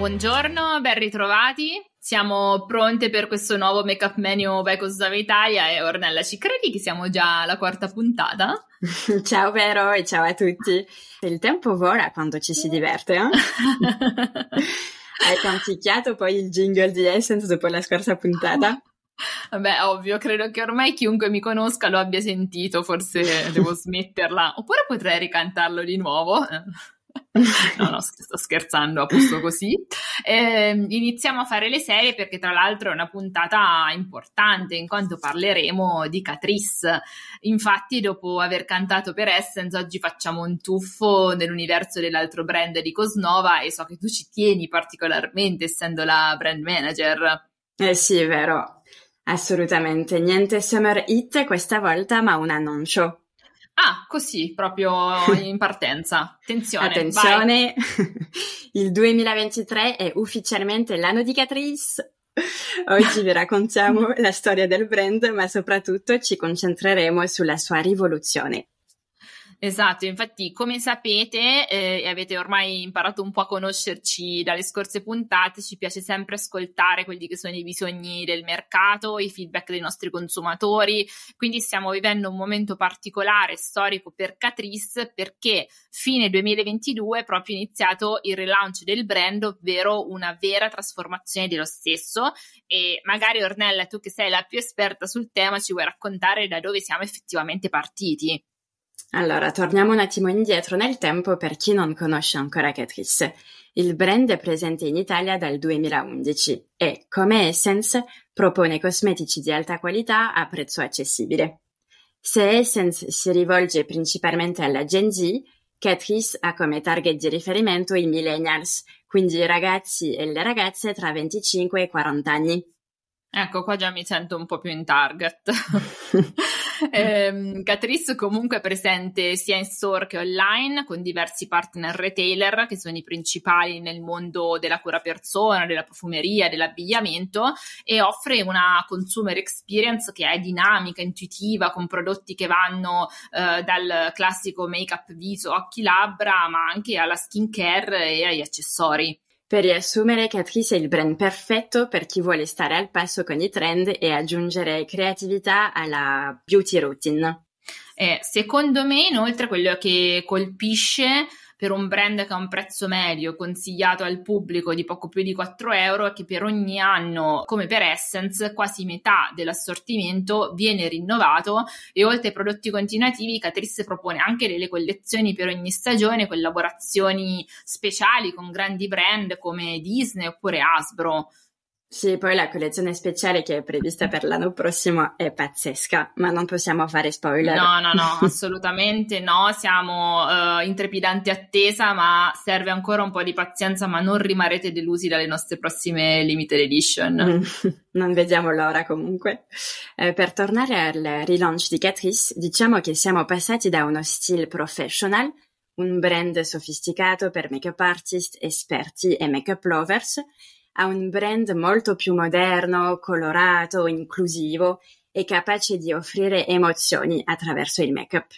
Buongiorno, ben ritrovati. Siamo pronte per questo nuovo Make-up Menu by Cosa Nostra Italia e Ornella, ci credi che siamo già alla quarta puntata? Ciao Vero e ciao a tutti. Il tempo vola quando ci si diverte, eh? Hai canticchiato poi il jingle di Essence dopo la scorsa puntata? Vabbè, ovvio, credo che ormai chiunque mi conosca lo abbia sentito, forse devo smetterla, oppure potrei ricantarlo di nuovo. No, sto scherzando, a posto così. Iniziamo a fare le serie perché tra l'altro è una puntata importante in quanto parleremo di Catrice. Infatti, dopo aver cantato per Essence, oggi facciamo un tuffo nell'universo dell'altro brand di Cosnova e so che tu ci tieni particolarmente essendo la brand manager. Sì, è vero, assolutamente. Niente Summer Hit questa volta, ma un annuncio. Ah, così, proprio in partenza. Attenzione, il 2023 è ufficialmente l'anno di Catrice. Oggi vi raccontiamo la storia del brand, ma soprattutto ci concentreremo sulla sua rivoluzione. Esatto, infatti come sapete e avete ormai imparato un po' a conoscerci dalle scorse puntate, ci piace sempre ascoltare quelli che sono i bisogni del mercato, i feedback dei nostri consumatori, quindi stiamo vivendo un momento particolare, storico per Catrice perché fine 2022 è proprio iniziato il relaunch del brand, ovvero una vera trasformazione dello stesso e magari Ornella, tu che sei la più esperta sul tema, ci vuoi raccontare da dove siamo effettivamente partiti? Allora, torniamo un attimo indietro nel tempo per chi non conosce ancora Catrice. Il brand è presente in Italia dal 2011 e, come Essence, propone cosmetici di alta qualità a prezzo accessibile. Se Essence si rivolge principalmente alla Gen Z, Catrice ha come target di riferimento i millennials, quindi i ragazzi e le ragazze tra 25 e 40 anni. Ecco, qua già mi sento un po' più in target. Catrice comunque è presente sia in store che online con diversi partner retailer che sono i principali nel mondo della cura persona, della profumeria, dell'abbigliamento e offre una consumer experience che è dinamica, intuitiva, con prodotti che vanno dal classico make-up viso, occhi, labbra, ma anche alla skincare e agli accessori. Per riassumere, Catrice è il brand perfetto per chi vuole stare al passo con i trend e aggiungere creatività alla beauty routine. Secondo me, inoltre, quello che colpisce per un brand che ha un prezzo medio consigliato al pubblico di poco più di 4 euro è che per ogni anno, come per Essence, quasi metà dell'assortimento viene rinnovato e oltre ai prodotti continuativi Catrice propone anche delle collezioni per ogni stagione, collaborazioni speciali con grandi brand come Disney oppure Hasbro. Sì, poi la collezione speciale che è prevista per l'anno prossimo è pazzesca, ma non possiamo fare spoiler. No, assolutamente no, siamo in trepidante attesa, ma serve ancora un po' di pazienza, ma non rimarrete delusi dalle nostre prossime limited edition. Non vediamo l'ora comunque. Per tornare al relaunch di Catrice, diciamo che siamo passati da uno stile professional, un brand sofisticato per make-up artist, esperti e make-up lovers, a un brand molto più moderno, colorato, inclusivo e capace di offrire emozioni attraverso il make-up.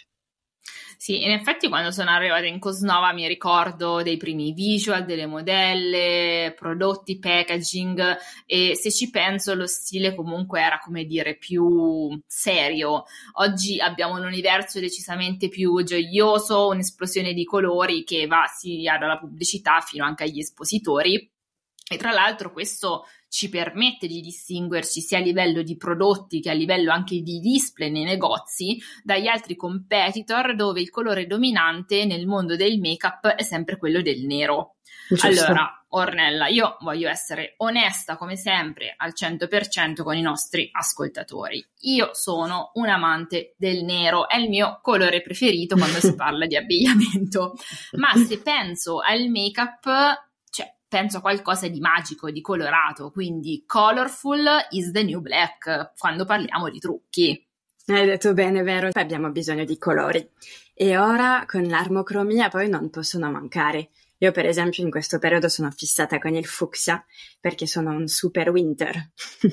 Sì, in effetti quando sono arrivata in Cosnova mi ricordo dei primi visual, delle modelle, prodotti, packaging e se ci penso lo stile comunque era come dire più serio. Oggi abbiamo un universo decisamente più gioioso, un'esplosione di colori che va sia dalla pubblicità fino anche agli espositori. E tra l'altro questo ci permette di distinguerci sia a livello di prodotti che a livello anche di display nei negozi dagli altri competitor dove il colore dominante nel mondo del make-up è sempre quello del nero. Giusto. Allora, Ornella, io voglio essere onesta come sempre al 100% con i nostri ascoltatori. Io sono un amante del nero, è il mio colore preferito quando si parla di abbigliamento, ma se penso al make-up penso a qualcosa di magico, di colorato, quindi colorful is the new black quando parliamo di trucchi. Hai detto bene, vero? Abbiamo bisogno di colori. E ora con l'armocromia poi non possono mancare. Io per esempio in questo periodo sono fissata con il fucsia perché sono un super winter.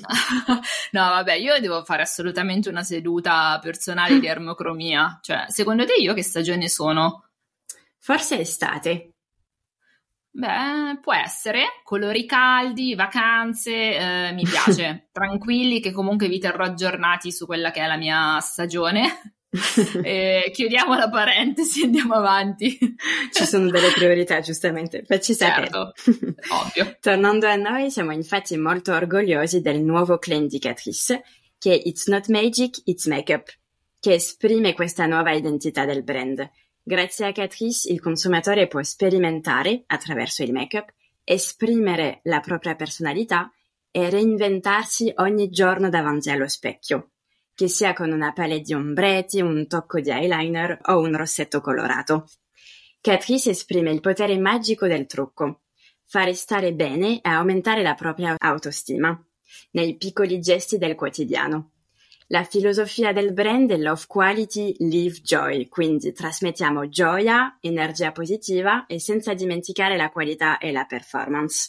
No, vabbè, io devo fare assolutamente una seduta personale di armocromia. Cioè, secondo te io che stagione sono? Forse estate. Beh, può essere, colori caldi, vacanze, mi piace, tranquilli che comunque vi terrò aggiornati su quella che è la mia stagione. Chiudiamo la parentesi e andiamo avanti. Ci sono delle priorità, giustamente, facci sapere. Certo, ovvio. Tornando a noi, siamo infatti molto orgogliosi del nuovo claim di Catrice, che è It's not magic, it's makeup, che esprime questa nuova identità del brand. Grazie a Catrice il consumatore può sperimentare, attraverso il make-up, esprimere la propria personalità e reinventarsi ogni giorno davanti allo specchio, che sia con una palette di ombretti, un tocco di eyeliner o un rossetto colorato. Catrice esprime il potere magico del trucco, fare stare bene e aumentare la propria autostima, nei piccoli gesti del quotidiano. La filosofia del brand è Love Quality, Live Joy, quindi trasmettiamo gioia, energia positiva e senza dimenticare la qualità e la performance.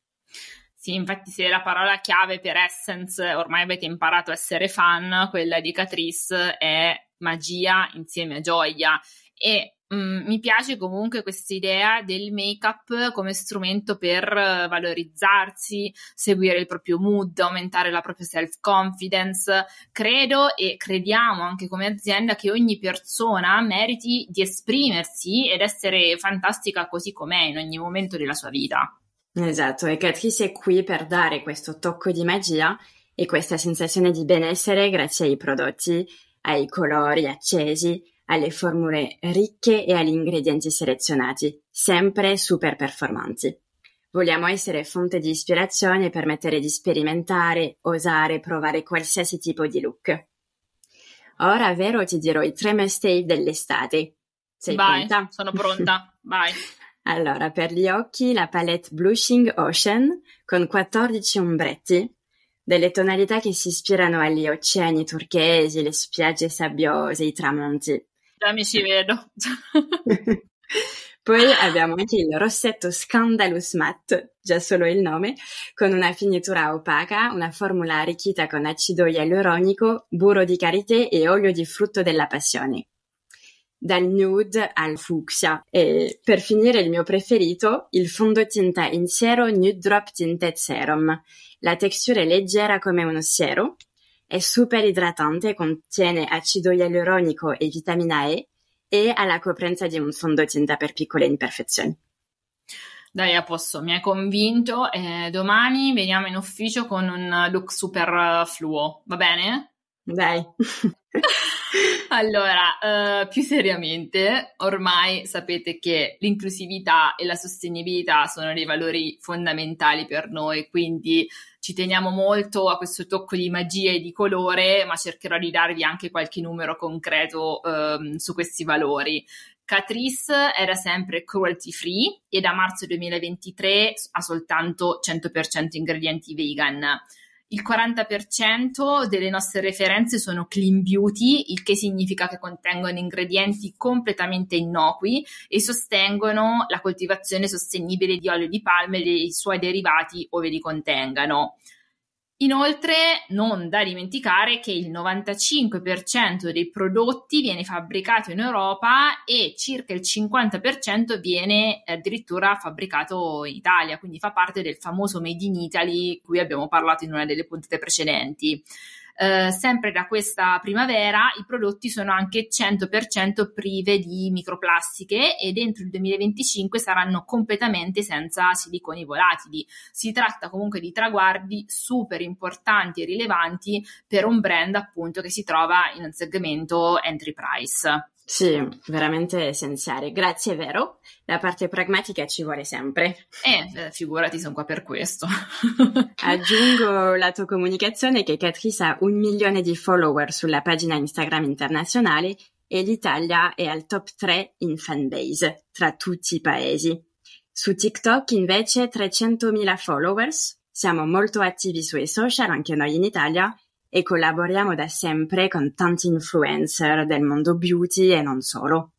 Sì, infatti se la parola chiave per Essence, ormai avete imparato a essere fan, quella di Catrice è magia insieme a gioia e mi piace comunque questa idea del make-up come strumento per valorizzarsi, seguire il proprio mood, aumentare la propria self-confidence. Credo e crediamo anche come azienda che ogni persona meriti di esprimersi ed essere fantastica così com'è in ogni momento della sua vita. Esatto, e Catrice è qui per dare questo tocco di magia e questa sensazione di benessere grazie ai prodotti, ai colori accesi, alle formule ricche e agli ingredienti selezionati, sempre super performanti. Vogliamo essere fonte di ispirazione e permettere di sperimentare, osare, provare qualsiasi tipo di look. Ora, Vero, ti dirò i 3 must-have dell'estate. Sei pronta? Sono pronta, vai. Allora, per gli occhi la palette Blushing Ocean con 14 ombretti, delle tonalità che si ispirano agli oceani turchesi, le spiagge sabbiose, i tramonti. Già mi ci vedo. Poi abbiamo anche il rossetto Scandalous Matte, già solo il nome, con una finitura opaca, una formula arricchita con acido ialuronico, burro di karité e olio di frutto della passione. Dal nude al fucsia. E per finire il mio preferito, il fondotinta in siero Nude Drop Tinted Serum. La textura è leggera come uno siero, è super idratante, contiene acido ialuronico e vitamina E e ha la coprenza di un fondotinta per piccole imperfezioni. Dai, a posto, mi hai convinto. Domani veniamo in ufficio con un look super fluo, va bene? Dai. Allora, più seriamente, ormai sapete che l'inclusività e la sostenibilità sono dei valori fondamentali per noi, quindi ci teniamo molto a questo tocco di magia e di colore, ma cercherò di darvi anche qualche numero concreto su questi valori. Catrice era sempre cruelty free e da marzo 2023 ha soltanto 100% ingredienti vegan. Il 40% delle nostre referenze sono clean beauty, il che significa che contengono ingredienti completamente innocui e sostengono la coltivazione sostenibile di olio di palma e dei suoi derivati ove li contengano. Inoltre, non da dimenticare che il 95% dei prodotti viene fabbricato in Europa e circa il 50% viene addirittura fabbricato in Italia, quindi fa parte del famoso Made in Italy di cui abbiamo parlato in una delle puntate precedenti. Sempre da questa primavera i prodotti sono anche 100% prive di microplastiche e dentro il 2025 saranno completamente senza siliconi volatili. Si tratta comunque di traguardi super importanti e rilevanti per un brand appunto che si trova in un segmento entry price. Sì, veramente essenziale. Grazie, Vero. La parte pragmatica ci vuole sempre. Figurati, sono qua per questo. Aggiungo la tua comunicazione che Catrice ha 1 milione di follower sulla pagina Instagram internazionale e l'Italia è al top 3 in fanbase tra tutti i paesi. Su TikTok invece 300.000 followers. Siamo molto attivi sui social, anche noi in Italia, e collaboriamo da sempre con tanti influencer del mondo beauty e non solo.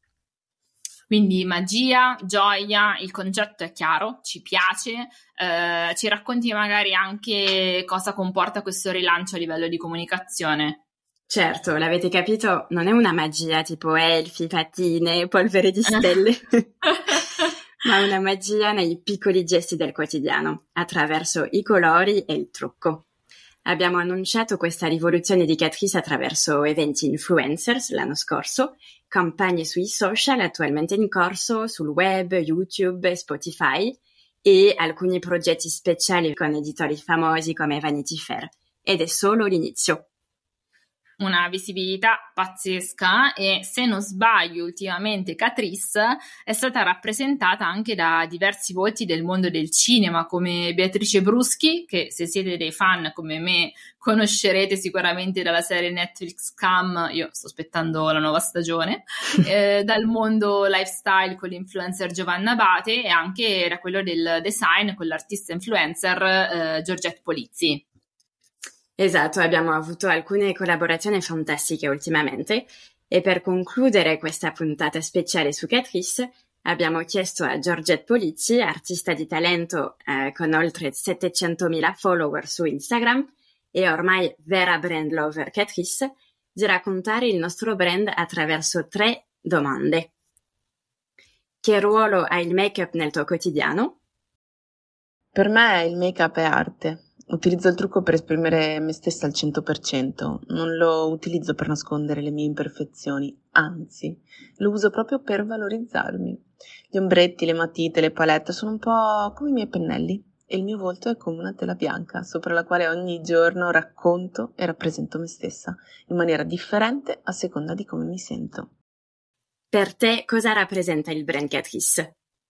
Quindi magia, gioia, il concetto è chiaro, ci piace, ci racconti magari anche cosa comporta questo rilancio a livello di comunicazione? Certo, l'avete capito, non è una magia tipo elfi, patine, polvere di stelle, ma una magia nei piccoli gesti del quotidiano, attraverso i colori e il trucco. Abbiamo annunciato questa rivoluzione di Catrice attraverso eventi influencers l'anno scorso, campagne sui social attualmente in corso, sul web, YouTube e Spotify, e alcuni progetti speciali con editori famosi come Vanity Fair. Ed è solo l'inizio. Una visibilità pazzesca e, se non sbaglio, ultimamente Catrice è stata rappresentata anche da diversi volti del mondo del cinema, come Beatrice Bruschi, che se siete dei fan come me conoscerete sicuramente dalla serie Netflix Scam, io sto aspettando la nuova stagione, dal mondo lifestyle con l'influencer Giovanna Abate e anche da quello del design con l'artista influencer Giorgette Polizzi. Esatto, abbiamo avuto alcune collaborazioni fantastiche ultimamente e per concludere questa puntata speciale su Catrice abbiamo chiesto a Giorgette Polizzi, artista di talento con oltre 700.000 follower su Instagram e ormai vera brand lover Catrice, di raccontare il nostro brand attraverso 3 domande. Che ruolo ha il make-up nel tuo quotidiano? Per me il make-up è arte. Utilizzo il trucco per esprimere me stessa al 100%, non lo utilizzo per nascondere le mie imperfezioni, anzi, lo uso proprio per valorizzarmi. Gli ombretti, le matite, le palette sono un po' come i miei pennelli e il mio volto è come una tela bianca sopra la quale ogni giorno racconto e rappresento me stessa, in maniera differente a seconda di come mi sento. Per te cosa rappresenta il brand Catrice?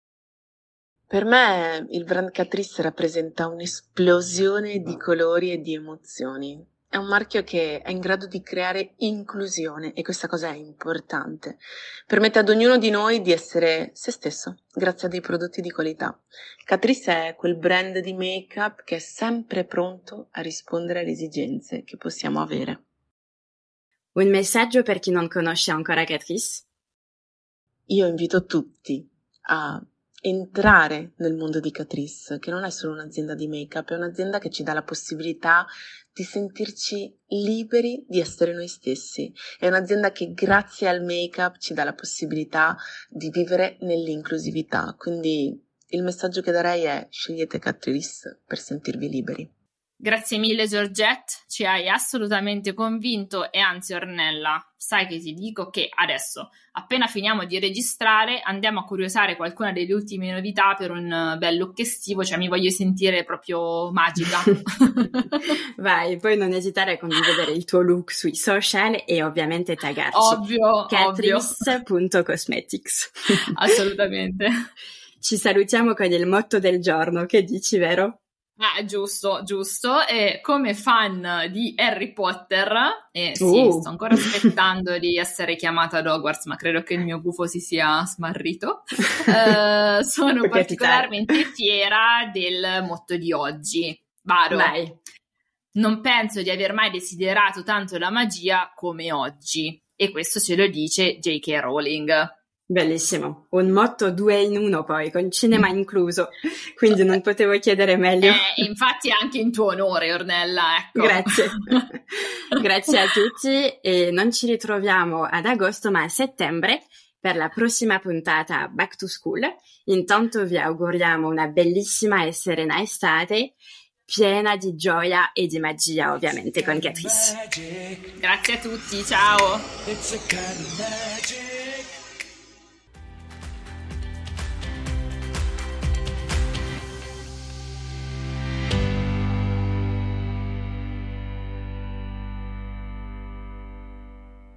Per me il brand Catrice rappresenta un'esplosione di colori e di emozioni. È un marchio che è in grado di creare inclusione e questa cosa è importante. Permette ad ognuno di noi di essere se stesso, grazie a dei prodotti di qualità. Catrice è quel brand di make-up che è sempre pronto a rispondere alle esigenze che possiamo avere. Un messaggio per chi non conosce ancora Catrice? Io invito tutti a entrare nel mondo di Catrice, che non è solo un'azienda di make-up, è un'azienda che ci dà la possibilità di sentirci liberi di essere noi stessi. È un'azienda che grazie al make-up ci dà la possibilità di vivere nell'inclusività. Quindi il messaggio che darei è: scegliete Catrice per sentirvi liberi. Grazie mille Giorgette, ci hai assolutamente convinto e anzi Ornella, sai che ti dico che adesso, appena finiamo di registrare, andiamo a curiosare qualcuna delle ultime novità per un bel look estivo, cioè mi voglio sentire proprio magica. Vai, poi non esitare a condividere il tuo look sui social e ovviamente taggarci. Ovvio. Catrice.cosmetics. Assolutamente. Ci salutiamo con il motto del giorno, che dici, vero? Giusto. E come fan di Harry Potter, sì, sto ancora aspettando di essere chiamata ad Hogwarts, ma credo che il mio gufo si sia smarrito. Sono particolarmente fiera del motto di oggi. Vado. Vai. Non penso di aver mai desiderato tanto la magia come oggi. E questo ce lo dice J.K. Rowling. Bellissimo, un motto 2 in 1 poi, con cinema incluso, quindi non potevo chiedere meglio. Infatti anche in tuo onore, Ornella, ecco. Grazie. Grazie a tutti e non ci ritroviamo ad agosto ma a settembre per la prossima puntata Back to School. Intanto vi auguriamo una bellissima e serena estate, piena di gioia e di magia ovviamente con Catrice. Grazie a tutti, ciao!